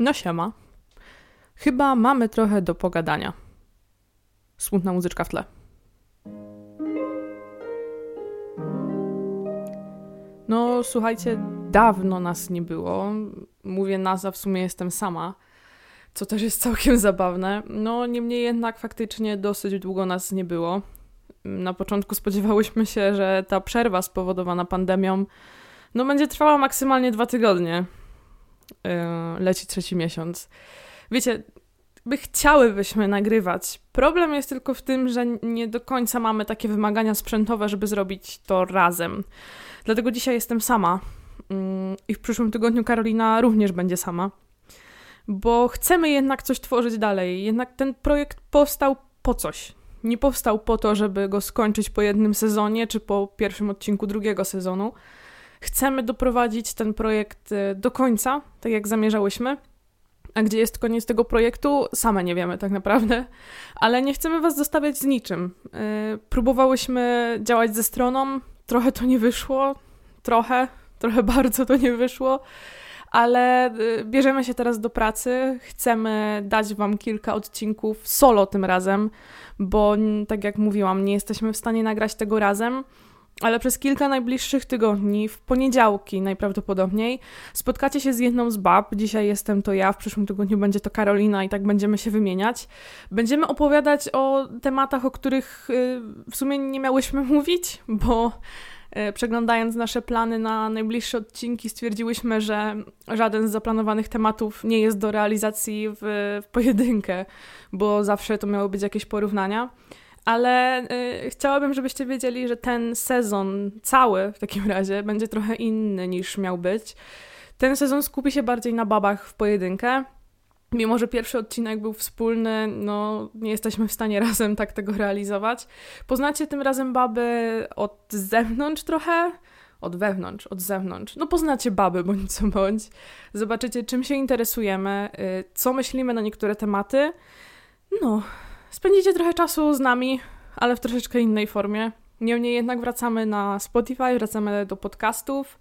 No siema. Chyba mamy trochę do pogadania. Smutna muzyczka w tle. No słuchajcie, dawno nas nie było. Mówię nas, a w sumie jestem sama. Co też jest całkiem zabawne. No niemniej jednak faktycznie dosyć długo nas nie było. Na początku spodziewałyśmy się, że ta przerwa spowodowana pandemią będzie trwała maksymalnie 2 tygodnie. Leci 3. miesiąc. Wiecie, chciałybyśmy nagrywać. Problem jest tylko w tym, że nie do końca mamy takie wymagania sprzętowe, żeby zrobić to razem. Dlatego dzisiaj jestem sama. I w przyszłym tygodniu Karolina również będzie sama. Bo chcemy jednak coś tworzyć dalej. Jednak ten projekt powstał po coś. Nie powstał po to, żeby go skończyć po jednym sezonie, czy po pierwszym odcinku drugiego sezonu. Chcemy doprowadzić ten projekt do końca, tak jak zamierzałyśmy. A gdzie jest koniec tego projektu? Same nie wiemy tak naprawdę. Ale nie chcemy was zostawiać z niczym. Próbowałyśmy działać ze stroną. Trochę to nie wyszło. Trochę bardzo to nie wyszło. Ale bierzemy się teraz do pracy. Chcemy dać wam kilka odcinków solo tym razem, bo tak jak mówiłam, nie jesteśmy w stanie nagrać tego razem, ale przez kilka najbliższych tygodni, w poniedziałki najprawdopodobniej, spotkacie się z jedną z bab. Dzisiaj jestem to ja, w przyszłym tygodniu będzie to Karolina i tak będziemy się wymieniać. Będziemy opowiadać o tematach, o których w sumie nie miałyśmy mówić, bo przeglądając nasze plany na najbliższe odcinki stwierdziłyśmy, że żaden z zaplanowanych tematów nie jest do realizacji w pojedynkę, bo zawsze to miały być jakieś porównania. Ale chciałabym, żebyście wiedzieli, że ten sezon cały w takim razie będzie trochę inny niż miał być. Ten sezon skupi się bardziej na babach w pojedynkę. Mimo że pierwszy odcinek był wspólny, nie jesteśmy w stanie razem tak tego realizować. Poznacie tym razem baby od zewnątrz trochę, od wewnątrz, od zewnątrz. Poznacie baby, bądź co bądź. Zobaczycie, czym się interesujemy, co myślimy na niektóre tematy. Spędzicie trochę czasu z nami, ale w troszeczkę innej formie. Niemniej jednak wracamy na Spotify, wracamy do podcastów,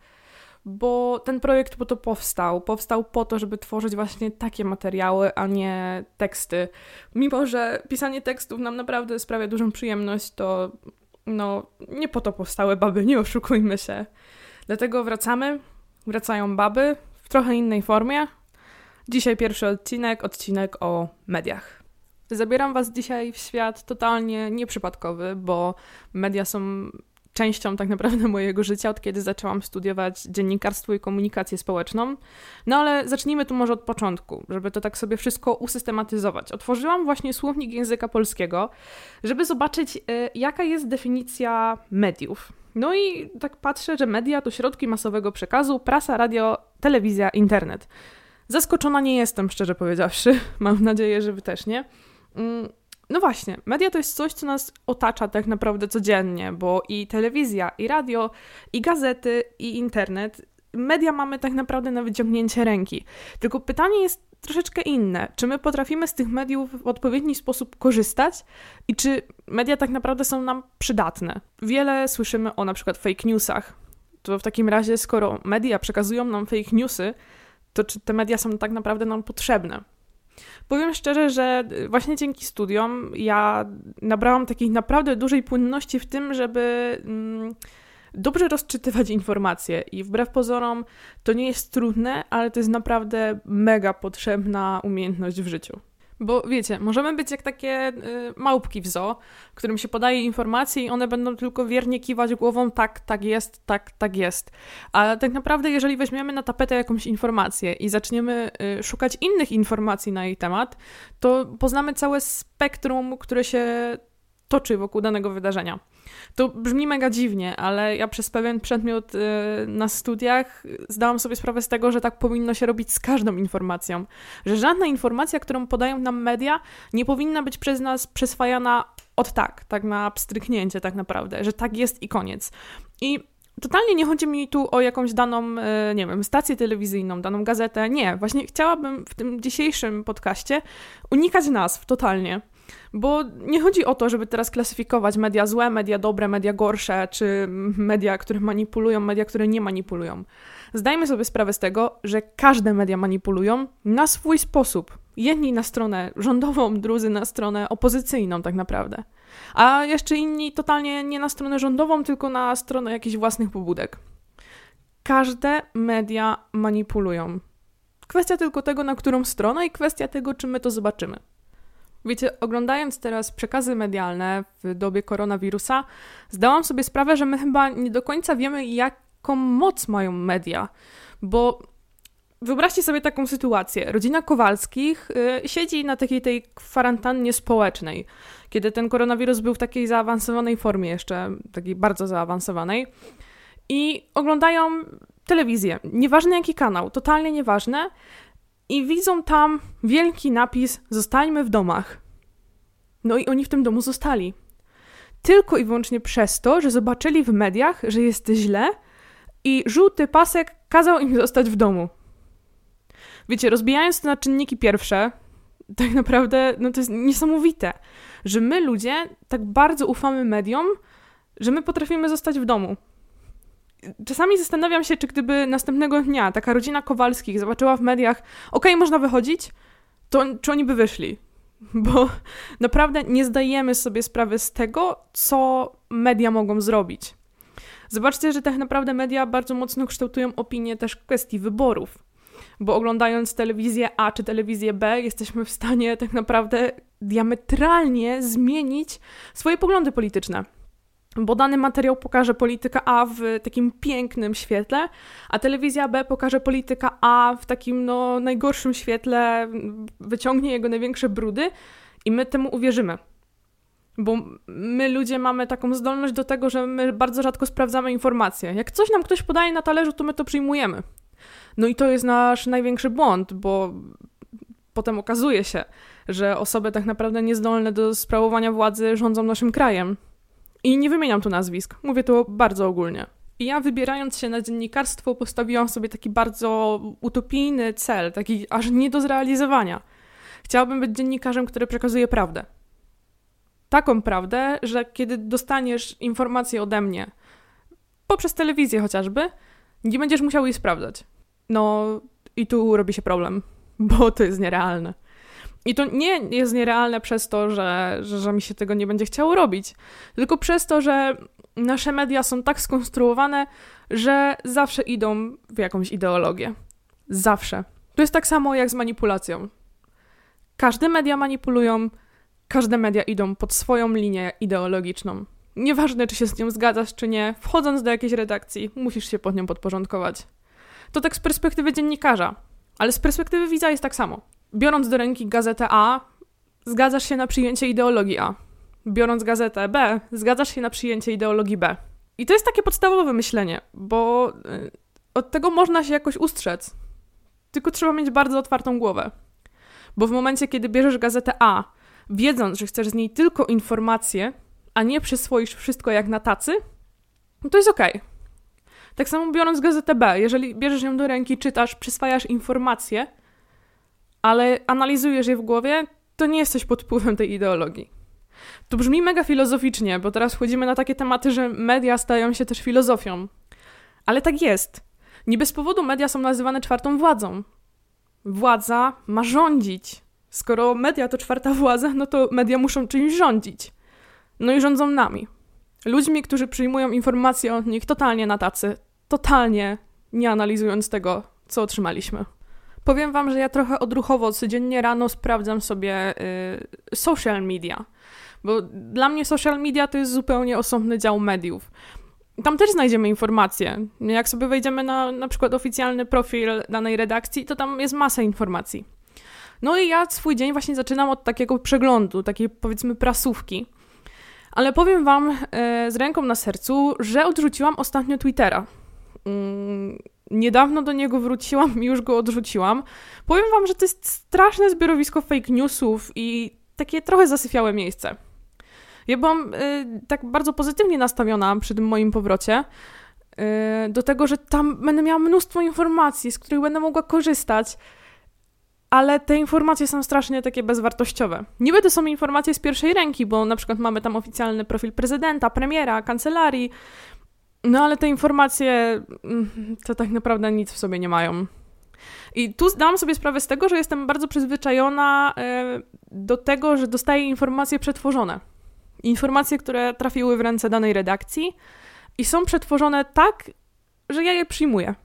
bo ten projekt po to powstał. Powstał po to, żeby tworzyć właśnie takie materiały, a nie teksty. Mimo że pisanie tekstów nam naprawdę sprawia dużą przyjemność, to nie po to powstały baby, nie oszukujmy się. Dlatego wracają baby w trochę innej formie. Dzisiaj pierwszy odcinek o mediach. Zabieram was dzisiaj w świat totalnie nieprzypadkowy, bo media są częścią tak naprawdę mojego życia, od kiedy zaczęłam studiować dziennikarstwo i komunikację społeczną. Ale zacznijmy tu może od początku, żeby to tak sobie wszystko usystematyzować. Otworzyłam właśnie słownik języka polskiego, żeby zobaczyć, jaka jest definicja mediów. I tak patrzę, że media to środki masowego przekazu, prasa, radio, telewizja, internet. Zaskoczona nie jestem, szczerze powiedziawszy. Mam nadzieję, że wy też nie. Właśnie, media to jest coś, co nas otacza tak naprawdę codziennie, bo i telewizja, i radio, i gazety, i internet, media mamy tak naprawdę na wyciągnięcie ręki. Tylko pytanie jest troszeczkę inne. Czy my potrafimy z tych mediów w odpowiedni sposób korzystać i czy media tak naprawdę są nam przydatne? Wiele słyszymy o na przykład fake newsach. To w takim razie, skoro media przekazują nam fake newsy, to czy te media są tak naprawdę nam potrzebne? Powiem szczerze, że właśnie dzięki studiom ja nabrałam takiej naprawdę dużej płynności w tym, żeby dobrze rozczytywać informacje i wbrew pozorom to nie jest trudne, ale to jest naprawdę mega potrzebna umiejętność w życiu. Bo wiecie, możemy być jak takie małpki w zoo, którym się podaje informacje i one będą tylko wiernie kiwać głową tak jest. A tak naprawdę jeżeli weźmiemy na tapetę jakąś informację i zaczniemy szukać innych informacji na jej temat, to poznamy całe spektrum, które się toczy wokół danego wydarzenia. To brzmi mega dziwnie, ale ja przez pewien przedmiot na studiach zdałam sobie sprawę z tego, że tak powinno się robić z każdą informacją. Że żadna informacja, którą podają nam media, nie powinna być przez nas przyswajana tak na pstryknięcie tak naprawdę, że tak jest i koniec. I totalnie nie chodzi mi tu o jakąś daną, stację telewizyjną, daną gazetę. Nie, właśnie chciałabym w tym dzisiejszym podcaście unikać nazw totalnie. Bo nie chodzi o to, żeby teraz klasyfikować media złe, media dobre, media gorsze, czy media, które manipulują, media, które nie manipulują. Zdajmy sobie sprawę z tego, że każde media manipulują na swój sposób. Jedni na stronę rządową, drudzy na stronę opozycyjną tak naprawdę. A jeszcze inni totalnie nie na stronę rządową, tylko na stronę jakichś własnych pobudek. Każde media manipulują. Kwestia tylko tego, na którą stronę i kwestia tego, czy my to zobaczymy. Wiecie, oglądając teraz przekazy medialne w dobie koronawirusa, zdałam sobie sprawę, że my chyba nie do końca wiemy, jaką moc mają media. Bo wyobraźcie sobie taką sytuację. Rodzina Kowalskich siedzi na takiej tej kwarantannie społecznej, kiedy ten koronawirus był w takiej zaawansowanej formie jeszcze, takiej bardzo zaawansowanej. I oglądają telewizję, nieważne jaki kanał, totalnie nieważne, i widzą tam wielki napis „Zostańmy w domach”. No i oni w tym domu zostali. Tylko i wyłącznie przez to, że zobaczyli w mediach, że jest źle i żółty pasek kazał im zostać w domu. Wiecie, rozbijając to na czynniki pierwsze, tak naprawdę to jest niesamowite, że my ludzie tak bardzo ufamy mediom, że my potrafimy zostać w domu. Czasami zastanawiam się, czy gdyby następnego dnia taka rodzina Kowalskich zobaczyła w mediach okej, można wychodzić, to czy oni by wyszli? Bo naprawdę nie zdajemy sobie sprawy z tego, co media mogą zrobić. Zobaczcie, że tak naprawdę media bardzo mocno kształtują opinię też w kwestii wyborów. Bo oglądając telewizję A czy telewizję B, jesteśmy w stanie tak naprawdę diametralnie zmienić swoje poglądy polityczne. Bo dany materiał pokaże polityka A w takim pięknym świetle, a telewizja B pokaże polityka A w takim najgorszym świetle, wyciągnie jego największe brudy i my temu uwierzymy. Bo my ludzie mamy taką zdolność do tego, że my bardzo rzadko sprawdzamy informacje. Jak coś nam ktoś podaje na talerzu, to my to przyjmujemy. No i to jest nasz największy błąd, bo potem okazuje się, że osoby tak naprawdę niezdolne do sprawowania władzy rządzą naszym krajem. I nie wymieniam tu nazwisk, mówię to bardzo ogólnie. I ja wybierając się na dziennikarstwo postawiłam sobie taki bardzo utopijny cel, taki aż nie do zrealizowania. Chciałabym być dziennikarzem, który przekazuje prawdę. Taką prawdę, że kiedy dostaniesz informację ode mnie, poprzez telewizję chociażby, nie będziesz musiał jej sprawdzać. No i tu robi się problem, bo to jest nierealne. I to nie jest nierealne przez to, że mi się tego nie będzie chciało robić, tylko przez to, że nasze media są tak skonstruowane, że zawsze idą w jakąś ideologię. Zawsze. To jest tak samo jak z manipulacją. Każde media manipulują, każde media idą pod swoją linię ideologiczną. Nieważne, czy się z nią zgadzasz, czy nie, wchodząc do jakiejś redakcji, musisz się pod nią podporządkować. To tak z perspektywy dziennikarza, ale z perspektywy widza jest tak samo. Biorąc do ręki gazetę A, zgadzasz się na przyjęcie ideologii A. Biorąc gazetę B, zgadzasz się na przyjęcie ideologii B. I to jest takie podstawowe myślenie, bo od tego można się jakoś ustrzec. Tylko trzeba mieć bardzo otwartą głowę. Bo w momencie, kiedy bierzesz gazetę A, wiedząc, że chcesz z niej tylko informacje, a nie przyswoisz wszystko jak na tacy, to jest okej. Tak samo biorąc gazetę B, jeżeli bierzesz ją do ręki, czytasz, przyswajasz informacje, ale analizujesz je w głowie, to nie jesteś pod wpływem tej ideologii. To brzmi mega filozoficznie, bo teraz wchodzimy na takie tematy, że media stają się też filozofią. Ale tak jest. Nie bez powodu media są nazywane czwartą władzą. Władza ma rządzić. Skoro media to czwarta władza, no to media muszą czymś rządzić. No i rządzą nami. Ludźmi, którzy przyjmują informacje od nich totalnie na tacy, totalnie nie analizując tego, co otrzymaliśmy. Powiem wam, że ja trochę odruchowo codziennie rano sprawdzam sobie social media, bo dla mnie social media to jest zupełnie osobny dział mediów. Tam też znajdziemy informacje. Jak sobie wejdziemy na przykład oficjalny profil danej redakcji, to tam jest masa informacji. No i ja swój dzień właśnie zaczynam od takiego przeglądu, takiej powiedzmy prasówki. Ale powiem wam z ręką na sercu, że odrzuciłam ostatnio Twittera. Niedawno do niego wróciłam i już go odrzuciłam. Powiem wam, że to jest straszne zbiorowisko fake newsów i takie trochę zasyfiałe miejsce. Ja byłam tak bardzo pozytywnie nastawiona przy tym moim powrocie do tego, że tam będę miała mnóstwo informacji, z których będę mogła korzystać, ale te informacje są strasznie takie bezwartościowe. Niby to są informacje z pierwszej ręki, bo na przykład mamy tam oficjalny profil prezydenta, premiera, kancelarii, No ale te informacje to tak naprawdę nic w sobie nie mają. I tu zdałam sobie sprawę z tego, że jestem bardzo przyzwyczajona do tego, że dostaję informacje przetworzone. Informacje, które trafiły w ręce danej redakcji i są przetworzone tak, że ja je przyjmuję.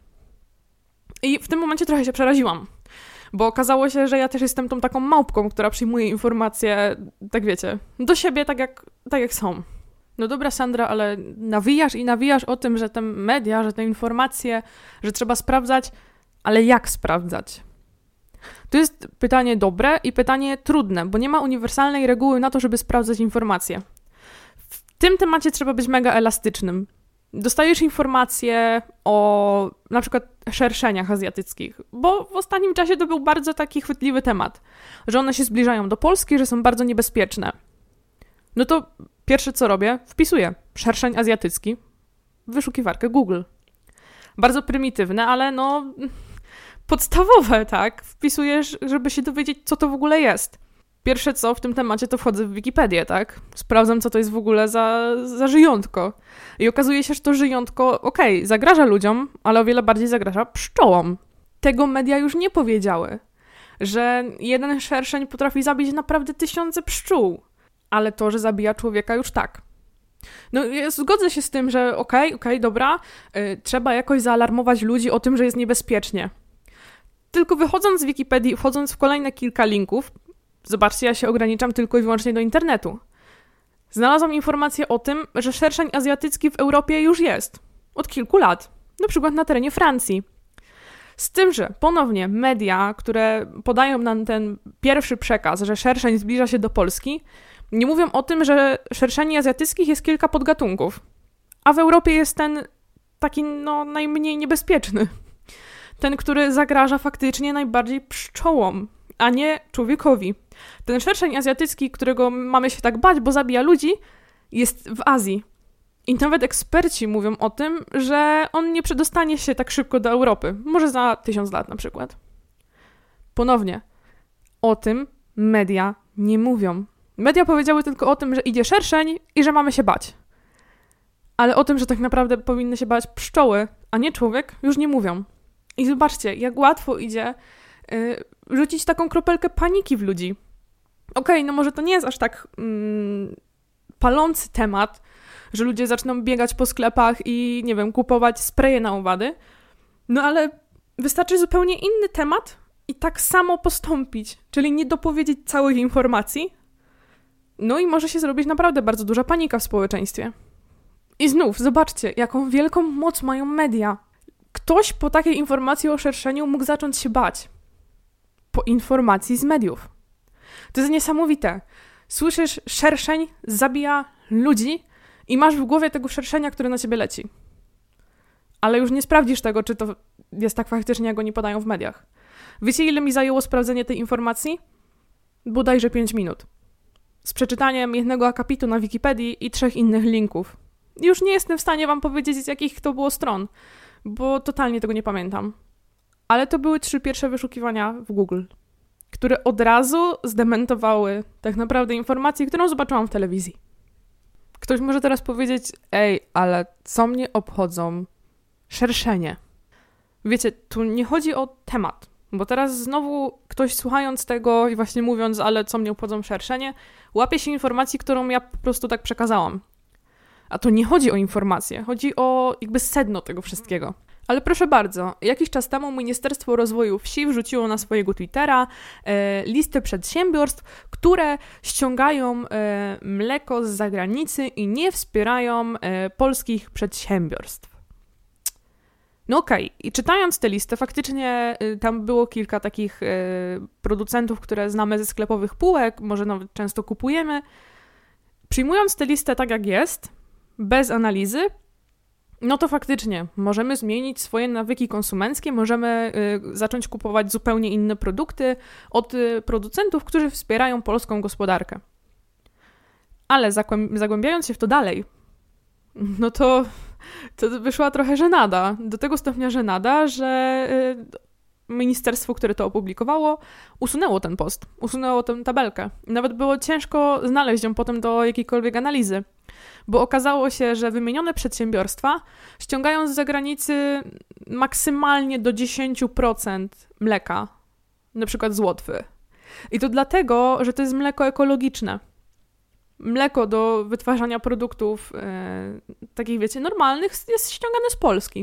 I w tym momencie trochę się przeraziłam, bo okazało się, że ja też jestem tą taką małpką, która przyjmuje informacje, tak wiecie, do siebie tak jak są. No dobra, Sandra, ale nawijasz o tym, że te media, że te informacje, że trzeba sprawdzać, ale jak sprawdzać? To jest pytanie dobre i pytanie trudne, bo nie ma uniwersalnej reguły na to, żeby sprawdzać informacje. W tym temacie trzeba być mega elastycznym. Dostajesz informacje o na przykład szerszeniach azjatyckich, bo w ostatnim czasie to był bardzo taki chwytliwy temat, że one się zbliżają do Polski, że są bardzo niebezpieczne. No to pierwsze co robię, wpisuję szerszeń azjatycki w wyszukiwarkę Google. Bardzo prymitywne, ale no podstawowe, tak? Wpisujesz, żeby się dowiedzieć, co to w ogóle jest. Pierwsze co w tym temacie, to wchodzę w Wikipedię, tak? Sprawdzam, co to jest w ogóle za żyjątko. I okazuje się, że to żyjątko, zagraża ludziom, ale o wiele bardziej zagraża pszczołom. Tego media już nie powiedziały, że jeden szerszeń potrafi zabić naprawdę tysiące pszczół, ale to, że zabija człowieka, już tak. No ja zgodzę się z tym, że dobra, trzeba jakoś zaalarmować ludzi o tym, że jest niebezpiecznie. Tylko wychodząc z Wikipedii, wchodząc w kolejne kilka linków, zobaczcie, ja się ograniczam tylko i wyłącznie do internetu. Znalazłam informację o tym, że szerszeń azjatycki w Europie już jest. Od kilku lat. Na przykład na terenie Francji. Z tym, że ponownie media, które podają nam ten pierwszy przekaz, że szerszeń zbliża się do Polski, nie mówią o tym, że szerszeni azjatyckich jest kilka podgatunków. A w Europie jest ten taki, najmniej niebezpieczny. Ten, który zagraża faktycznie najbardziej pszczołom, a nie człowiekowi. Ten szerszeń azjatycki, którego mamy się tak bać, bo zabija ludzi, jest w Azji. I nawet eksperci mówią o tym, że on nie przedostanie się tak szybko do Europy. Może za 1000 lat na przykład. Ponownie, o tym media nie mówią. Media powiedziały tylko o tym, że idzie szerszeń i że mamy się bać. Ale o tym, że tak naprawdę powinny się bać pszczoły, a nie człowiek, już nie mówią. I zobaczcie, jak łatwo idzie rzucić taką kropelkę paniki w ludzi. Może to nie jest aż tak palący temat, że ludzie zaczną biegać po sklepach i, nie wiem, kupować spreje na owady, no ale wystarczy zupełnie inny temat i tak samo postąpić, czyli nie dopowiedzieć całych informacji, no i może się zrobić naprawdę bardzo duża panika w społeczeństwie. I znów, zobaczcie, jaką wielką moc mają media. Ktoś po takiej informacji o szerszeniu mógł zacząć się bać. Po informacji z mediów. To jest niesamowite. Słyszysz, szerszeń zabija ludzi i masz w głowie tego szerszenia, który na ciebie leci. Ale już nie sprawdzisz tego, czy to jest tak faktycznie, jak oni podają w mediach. Wiecie, ile mi zajęło sprawdzenie tej informacji? Bodajże 5 minut. Z przeczytaniem jednego akapitu na Wikipedii i 3 innych linków. Już nie jestem w stanie wam powiedzieć, z jakich to było stron, bo totalnie tego nie pamiętam. Ale to były 3 pierwsze wyszukiwania w Google, które od razu zdementowały tak naprawdę informację, którą zobaczyłam w telewizji. Ktoś może teraz powiedzieć, ale co mnie obchodzą szerszenie? Wiecie, tu nie chodzi o temat, bo teraz znowu ktoś słuchając tego i właśnie mówiąc, ale co mnie obchodzą szerszenie, łapie się informacji, którą ja po prostu tak przekazałam. A to nie chodzi o informacje, chodzi o jakby sedno tego wszystkiego. Ale proszę bardzo, jakiś czas temu Ministerstwo Rozwoju Wsi wrzuciło na swojego Twittera listę przedsiębiorstw, które ściągają mleko z zagranicy i nie wspierają polskich przedsiębiorstw. No okej, i czytając tę listę, faktycznie tam było kilka takich producentów, które znamy ze sklepowych półek, może nawet często kupujemy. Przyjmując tę listę tak jak jest, bez analizy, no to faktycznie możemy zmienić swoje nawyki konsumenckie, możemy zacząć kupować zupełnie inne produkty od producentów, którzy wspierają polską gospodarkę. Ale zagłębiając się w to dalej, no to wyszła trochę żenada. Do tego stopnia żenada, że ministerstwo, które to opublikowało, usunęło ten post, usunęło tę tabelkę. Nawet było ciężko znaleźć ją potem do jakiejkolwiek analizy. Bo okazało się, że wymienione przedsiębiorstwa ściągają z zagranicy maksymalnie do 10% mleka, na przykład z Łotwy. I to dlatego, że to jest mleko ekologiczne. Mleko do wytwarzania produktów takich, wiecie, normalnych jest ściągane z Polski.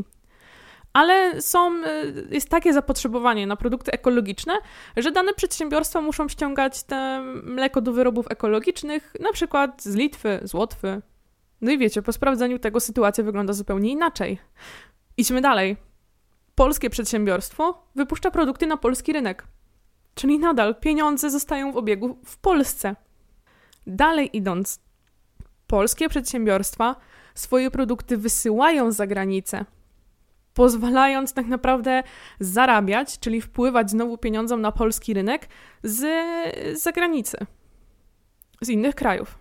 Ale jest takie zapotrzebowanie na produkty ekologiczne, że dane przedsiębiorstwa muszą ściągać te mleko do wyrobów ekologicznych, na przykład z Litwy, z Łotwy. No i wiecie, po sprawdzeniu tego sytuacja wygląda zupełnie inaczej. Idźmy dalej. Polskie przedsiębiorstwo wypuszcza produkty na polski rynek. Czyli nadal pieniądze zostają w obiegu w Polsce. Dalej idąc, polskie przedsiębiorstwa swoje produkty wysyłają za granicę, pozwalając tak naprawdę zarabiać, czyli wpływać znowu pieniądzom na polski rynek z zagranicy, z innych krajów.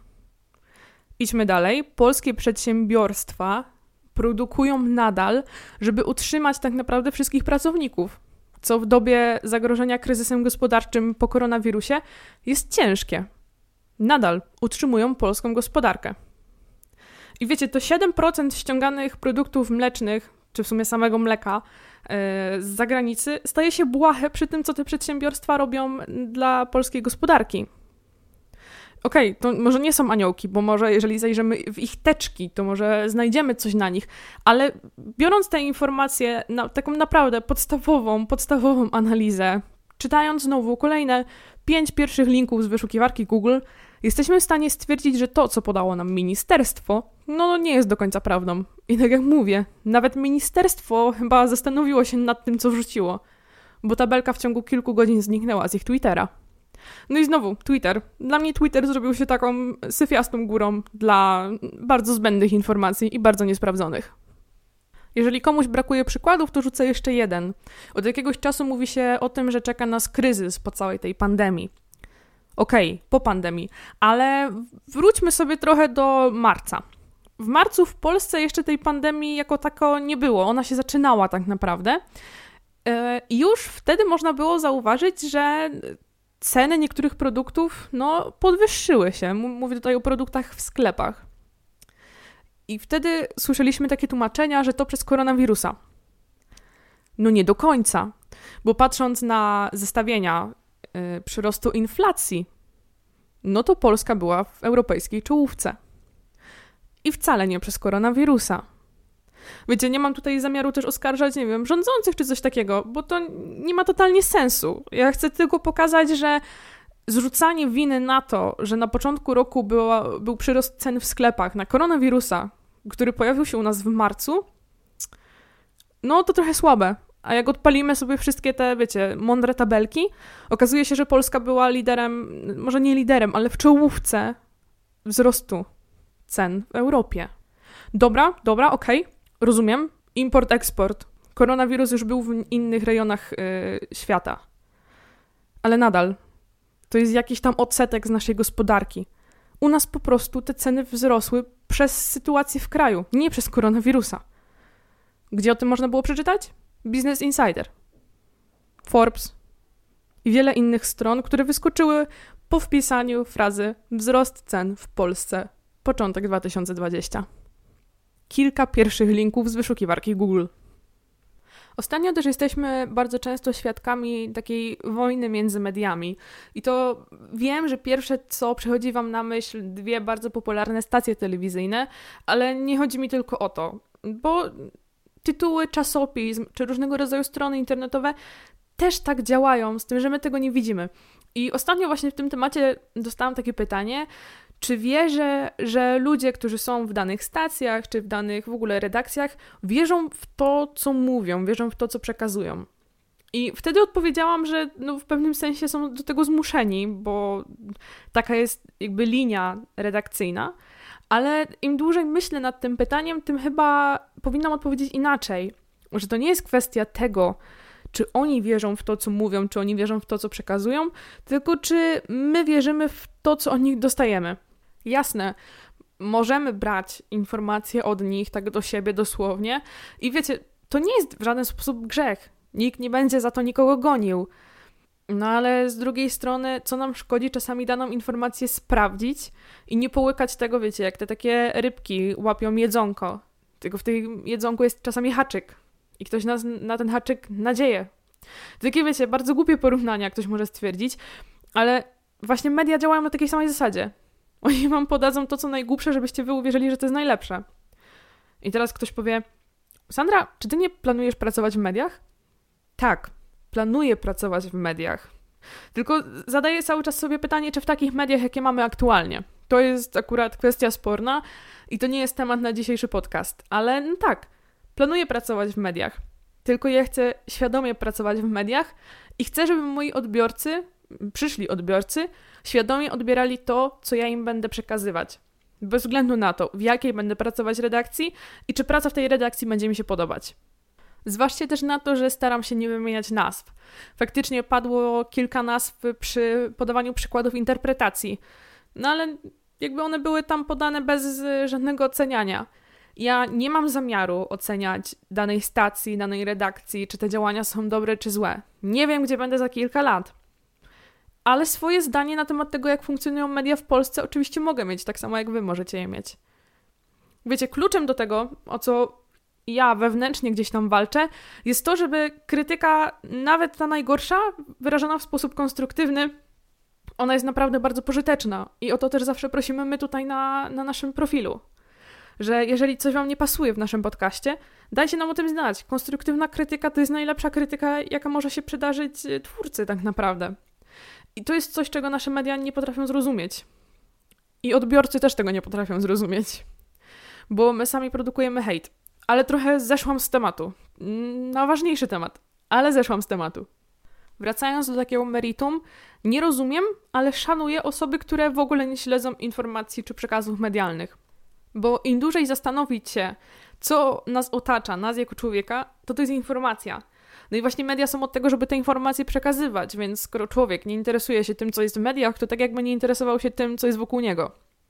Idźmy dalej. Polskie przedsiębiorstwa produkują nadal, żeby utrzymać tak naprawdę wszystkich pracowników, co w dobie zagrożenia kryzysem gospodarczym po koronawirusie jest ciężkie. Nadal utrzymują polską gospodarkę. I wiecie, to 7% ściąganych produktów mlecznych, czy w sumie samego mleka z zagranicy, staje się błahe przy tym, co te przedsiębiorstwa robią dla polskiej gospodarki. Okej, to może nie są aniołki, bo może jeżeli zajrzymy w ich teczki, to może znajdziemy coś na nich, ale biorąc te informacje na taką naprawdę podstawową analizę, czytając znowu kolejne 5 pierwszych linków z wyszukiwarki Google, jesteśmy w stanie stwierdzić, że to, co podało nam ministerstwo, no nie jest do końca prawdą. I tak jak mówię, nawet ministerstwo chyba zastanowiło się nad tym, co wrzuciło, bo tabelka w ciągu kilku godzin zniknęła z ich Twittera. No i znowu, Twitter. Dla mnie Twitter zrobił się taką syfiastą górą dla bardzo zbędnych informacji i bardzo niesprawdzonych. Jeżeli komuś brakuje przykładów, to rzucę jeszcze jeden. Od jakiegoś czasu mówi się o tym, że czeka nas kryzys po całej tej pandemii. Okej, po pandemii, ale wróćmy sobie trochę do marca. W marcu w Polsce jeszcze tej pandemii jako tako nie było. Ona się zaczynała tak naprawdę. Już wtedy można było zauważyć, że ceny niektórych produktów podwyższyły się. Mówię tutaj o produktach w sklepach. I wtedy słyszeliśmy takie tłumaczenia, że to przez koronawirusa. No nie do końca, bo patrząc na zestawienia przyrostu inflacji, no to Polska była w europejskiej czołówce. I wcale nie przez koronawirusa. Wiecie, nie mam tutaj zamiaru też oskarżać, nie wiem, rządzących czy coś takiego, bo to nie ma totalnie sensu. Ja chcę tylko pokazać, że zrzucanie winy na to, że na początku roku był przyrost cen w sklepach na koronawirusa, który pojawił się u nas w marcu, no to trochę słabe. A jak odpalimy sobie wszystkie te, wiecie, mądre tabelki, okazuje się, że Polska była liderem, może nie liderem, ale w czołówce wzrostu cen w Europie. Dobra, okej, rozumiem. Import, eksport. Koronawirus już był w innych rejonach świata. Ale nadal to jest jakiś tam odsetek z naszej gospodarki. U nas po prostu te ceny wzrosły przez sytuację w kraju, nie przez koronawirusa. Gdzie o tym można było przeczytać? Business Insider, Forbes i wiele innych stron, które wyskoczyły po wpisaniu frazy wzrost cen w Polsce, początek 2020. Kilka pierwszych linków z wyszukiwarki Google. Ostatnio też jesteśmy bardzo często świadkami takiej wojny między mediami. I to wiem, że pierwsze co przychodzi wam na myśl 2 bardzo popularne stacje telewizyjne, ale nie chodzi mi tylko o to, bo tytuły czasopism czy różnego rodzaju strony internetowe też tak działają, z tym, że my tego nie widzimy. I ostatnio właśnie w tym temacie dostałam takie pytanie, czy wierzę, że ludzie, którzy są w danych stacjach, czy w danych w ogóle redakcjach, wierzą w to, co mówią, wierzą w to, co przekazują. I wtedy odpowiedziałam, że w pewnym sensie są do tego zmuszeni, bo taka jest jakby linia redakcyjna, ale im dłużej myślę nad tym pytaniem, tym chyba powinnam odpowiedzieć inaczej, że to nie jest kwestia tego, czy oni wierzą w to, co mówią, czy oni wierzą w to, co przekazują, tylko czy my wierzymy w to, co od nich dostajemy. Jasne, możemy brać informacje od nich tak do siebie dosłownie i wiecie, to nie jest w żaden sposób grzech. Nikt nie będzie za to nikogo gonił. No ale z drugiej strony, co nam szkodzi czasami daną informację sprawdzić i nie połykać tego, wiecie, jak te takie rybki łapią jedzonko. Tylko w tym jedzonku jest czasami haczyk i ktoś nas na ten haczyk nadzieje. Takie, wiecie, bardzo głupie porównania, ktoś może stwierdzić, ale właśnie media działają na takiej samej zasadzie. Oni wam podadzą to, co najgłupsze, żebyście wy uwierzyli, że to jest najlepsze. I teraz ktoś powie, Sandra, czy ty nie planujesz pracować w mediach? Tak, planuję pracować w mediach. Tylko zadaję cały czas sobie pytanie, czy w takich mediach, jakie mamy aktualnie. To jest akurat kwestia sporna i to nie jest temat na dzisiejszy podcast. Ale no tak, planuję pracować w mediach. Tylko ja chcę świadomie pracować w mediach i chcę, żeby moi odbiorcy, przyszli odbiorcy, świadomie odbierali to, co ja im będę przekazywać. Bez względu na to, w jakiej będę pracować redakcji i czy praca w tej redakcji będzie mi się podobać. Zważcie też na to, że staram się nie wymieniać nazw. Faktycznie padło kilka nazw przy podawaniu przykładów interpretacji. No ale jakby one były tam podane bez żadnego oceniania. Ja nie mam zamiaru oceniać danej stacji, danej redakcji, czy te działania są dobre czy złe. Nie wiem, gdzie będę za kilka lat. Ale swoje zdanie na temat tego, jak funkcjonują media w Polsce, oczywiście mogę mieć, tak samo jak wy możecie je mieć. Wiecie, kluczem do tego, o co ja wewnętrznie gdzieś tam walczę, jest to, żeby krytyka, nawet ta najgorsza, wyrażona w sposób konstruktywny, ona jest naprawdę bardzo pożyteczna. I o to też zawsze prosimy my tutaj na naszym profilu. Że jeżeli coś wam nie pasuje w naszym podcaście, dajcie nam o tym znać. Konstruktywna krytyka to jest najlepsza krytyka, jaka może się przydarzyć twórcy tak naprawdę. I to jest coś, czego nasze media nie potrafią zrozumieć. I odbiorcy też tego nie potrafią zrozumieć. Bo my sami produkujemy hejt. Ale trochę zeszłam z tematu. Na ważniejszy temat, ale zeszłam z tematu. Wracając do takiego meritum, nie rozumiem, ale szanuję osoby, które w ogóle nie śledzą informacji czy przekazów medialnych. Bo im dłużej zastanowić się, co nas otacza, nas jako człowieka, to jest informacja. No i właśnie media są od tego, żeby te informacje przekazywać, więc skoro człowiek nie interesuje się tym, co jest w mediach, to tak jakby nie interesował się tym, co jest wokół niego.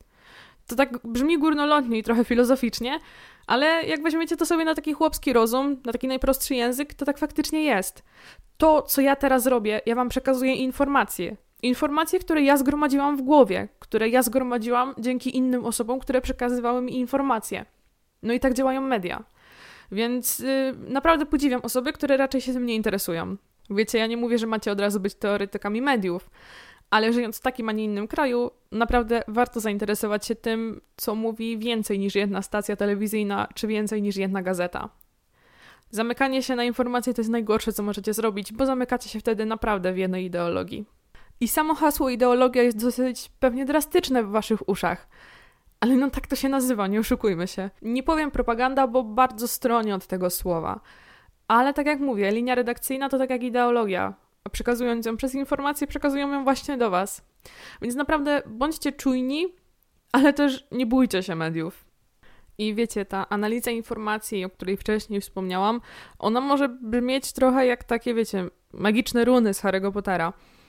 To tak brzmi górnolotnie i trochę filozoficznie, ale jak weźmiecie to sobie na taki chłopski rozum, na taki najprostszy język, to tak faktycznie jest. To, co ja teraz robię, ja wam przekazuję informacje. Informacje, które ja zgromadziłam w głowie, które ja zgromadziłam dzięki innym osobom, które przekazywały mi informacje. No i tak działają media. Więc naprawdę podziwiam osoby, które raczej się tym nie interesują. Wiecie, ja nie mówię, że macie od razu być teoretykami mediów, ale żyjąc w takim, a nie innym kraju, naprawdę warto zainteresować się tym, co mówi więcej niż jedna stacja telewizyjna, czy więcej niż jedna gazeta. Zamykanie się na informacje to jest najgorsze, co możecie zrobić, bo zamykacie się wtedy naprawdę w jednej ideologii. I samo hasło ideologia jest dosyć pewnie drastyczne w waszych uszach. Ale no tak to się nazywa, nie oszukujmy się. Nie powiem propaganda, bo bardzo stronię od tego słowa. Ale tak jak mówię, linia redakcyjna to tak jak ideologia. A przekazując ją przez informacje, przekazują ją właśnie do was. Więc naprawdę bądźcie czujni, ale też nie bójcie się mediów. I wiecie, ta analiza informacji, o której wcześniej wspomniałam, ona może brzmieć trochę jak takie, wiecie, magiczne runy z Harry'ego Pottera.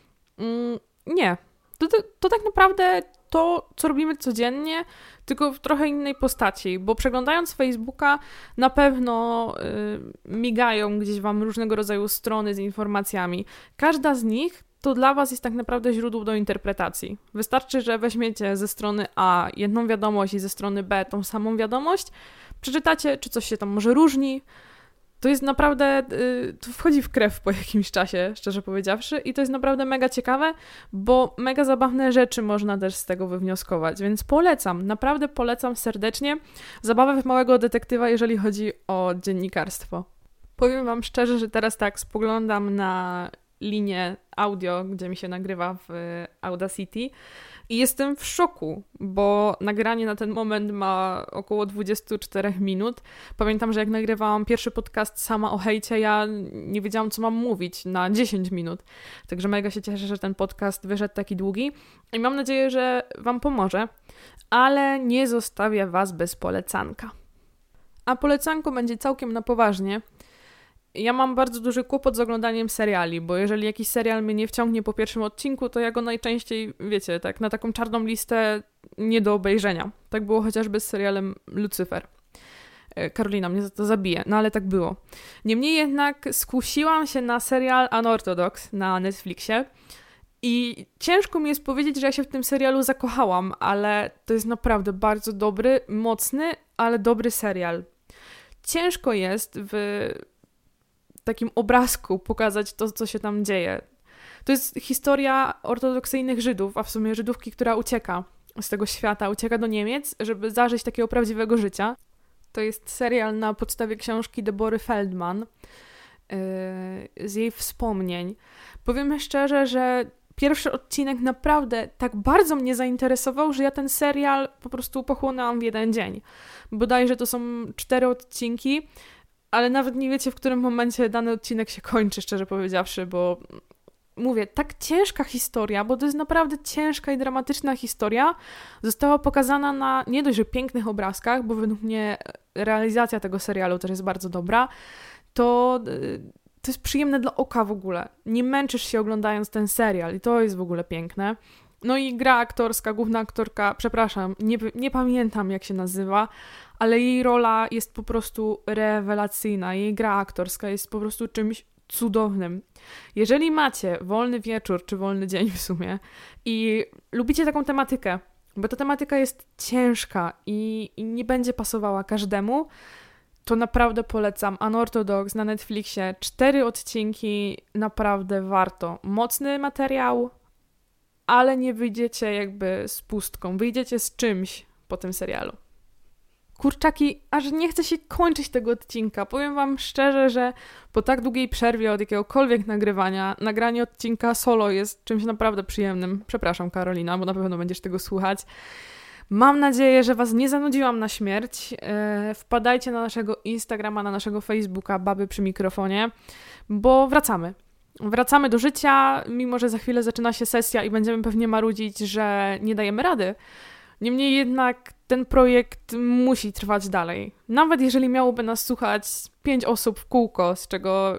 Nie. To tak naprawdę to, co robimy codziennie, tylko w trochę innej postaci, bo przeglądając Facebooka na pewno migają gdzieś wam różnego rodzaju strony z informacjami. Każda z nich to dla was jest tak naprawdę źródło do interpretacji. Wystarczy, że weźmiecie ze strony A jedną wiadomość i ze strony B tą samą wiadomość, przeczytacie, czy coś się tam może różni. To jest naprawdę, to wchodzi w krew po jakimś czasie, szczerze powiedziawszy, i to jest naprawdę mega ciekawe, bo mega zabawne rzeczy można też z tego wywnioskować, więc polecam, naprawdę polecam serdecznie zabawę w małego detektywa, jeżeli chodzi o dziennikarstwo. Powiem wam szczerze, że teraz tak spoglądam na linię audio, gdzie mi się nagrywa w Audacity i jestem w szoku, bo nagranie na ten moment ma około 24 minut. Pamiętam, że jak nagrywałam pierwszy podcast sama o hejcie, ja nie wiedziałam, co mam mówić na 10 minut. Także mega się cieszę, że ten podcast wyszedł taki długi i mam nadzieję, że wam pomoże, ale nie zostawię was bez polecanka. A polecanko będzie całkiem na poważnie. Ja mam bardzo duży kłopot z oglądaniem seriali, bo jeżeli jakiś serial mnie nie wciągnie po pierwszym odcinku, to ja go najczęściej, wiecie, tak na taką czarną listę nie do obejrzenia. Tak było chociażby z serialem Lucyfer. Karolina mnie za to zabije, no ale tak było. Niemniej jednak skusiłam się na serial Unorthodox na Netflixie i ciężko mi jest powiedzieć, że ja się w tym serialu zakochałam, ale to jest naprawdę bardzo dobry, mocny, ale dobry serial. Ciężko jest w takim obrazku pokazać to, co się tam dzieje. To jest historia ortodoksyjnych Żydów, a w sumie Żydówki, która ucieka z tego świata, ucieka do Niemiec, żeby zażyć takiego prawdziwego życia. To jest serial na podstawie książki Debory Feldman z jej wspomnień. Powiem szczerze, że pierwszy odcinek naprawdę tak bardzo mnie zainteresował, że ja ten serial po prostu pochłonęłam w jeden dzień. Bodajże to są 4 odcinki, ale nawet nie wiecie, w którym momencie dany odcinek się kończy, szczerze powiedziawszy, bo mówię, tak ciężka historia, bo to jest naprawdę ciężka i dramatyczna historia, została pokazana na nie dość, że pięknych obrazkach, bo według mnie realizacja tego serialu też jest bardzo dobra, to jest przyjemne dla oka w ogóle. Nie męczysz się oglądając ten serial i to jest w ogóle piękne. No i gra aktorska, główna aktorka, przepraszam, nie pamiętam jak się nazywa, ale jej rola jest po prostu rewelacyjna. Jej gra aktorska jest po prostu czymś cudownym. Jeżeli macie wolny wieczór, czy wolny dzień w sumie i lubicie taką tematykę, bo ta tematyka jest ciężka i nie będzie pasowała każdemu, to naprawdę polecam Unorthodox na Netflixie. 4 odcinki, naprawdę warto. Mocny materiał, ale nie wyjdziecie jakby z pustką. Wyjdziecie z czymś po tym serialu. Kurczaki, aż nie chce się kończyć tego odcinka. Powiem wam szczerze, że po tak długiej przerwie od jakiegokolwiek nagrywania, nagranie odcinka solo jest czymś naprawdę przyjemnym. Przepraszam, Karolina, bo na pewno będziesz tego słuchać. Mam nadzieję, że was nie zanudziłam na śmierć. Wpadajcie na naszego Instagrama, na naszego Facebooka Baby przy mikrofonie, bo wracamy. Wracamy do życia, mimo że za chwilę zaczyna się sesja i będziemy pewnie marudzić, że nie dajemy rady. Niemniej jednak ten projekt musi trwać dalej. Nawet jeżeli miałoby nas słuchać 5 osób w kółko, z czego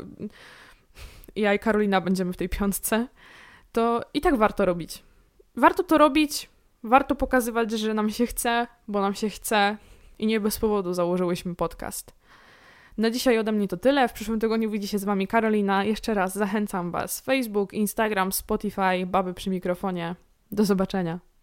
ja i Karolina będziemy w tej 5, to i tak warto robić. Warto to robić, warto pokazywać, że nam się chce, bo nam się chce i nie bez powodu założyłyśmy podcast. Na dzisiaj ode mnie to tyle. W przyszłym tygodniu widzi się z wami Karolina. Jeszcze raz zachęcam was. Facebook, Instagram, Spotify, Baby przy mikrofonie. Do zobaczenia.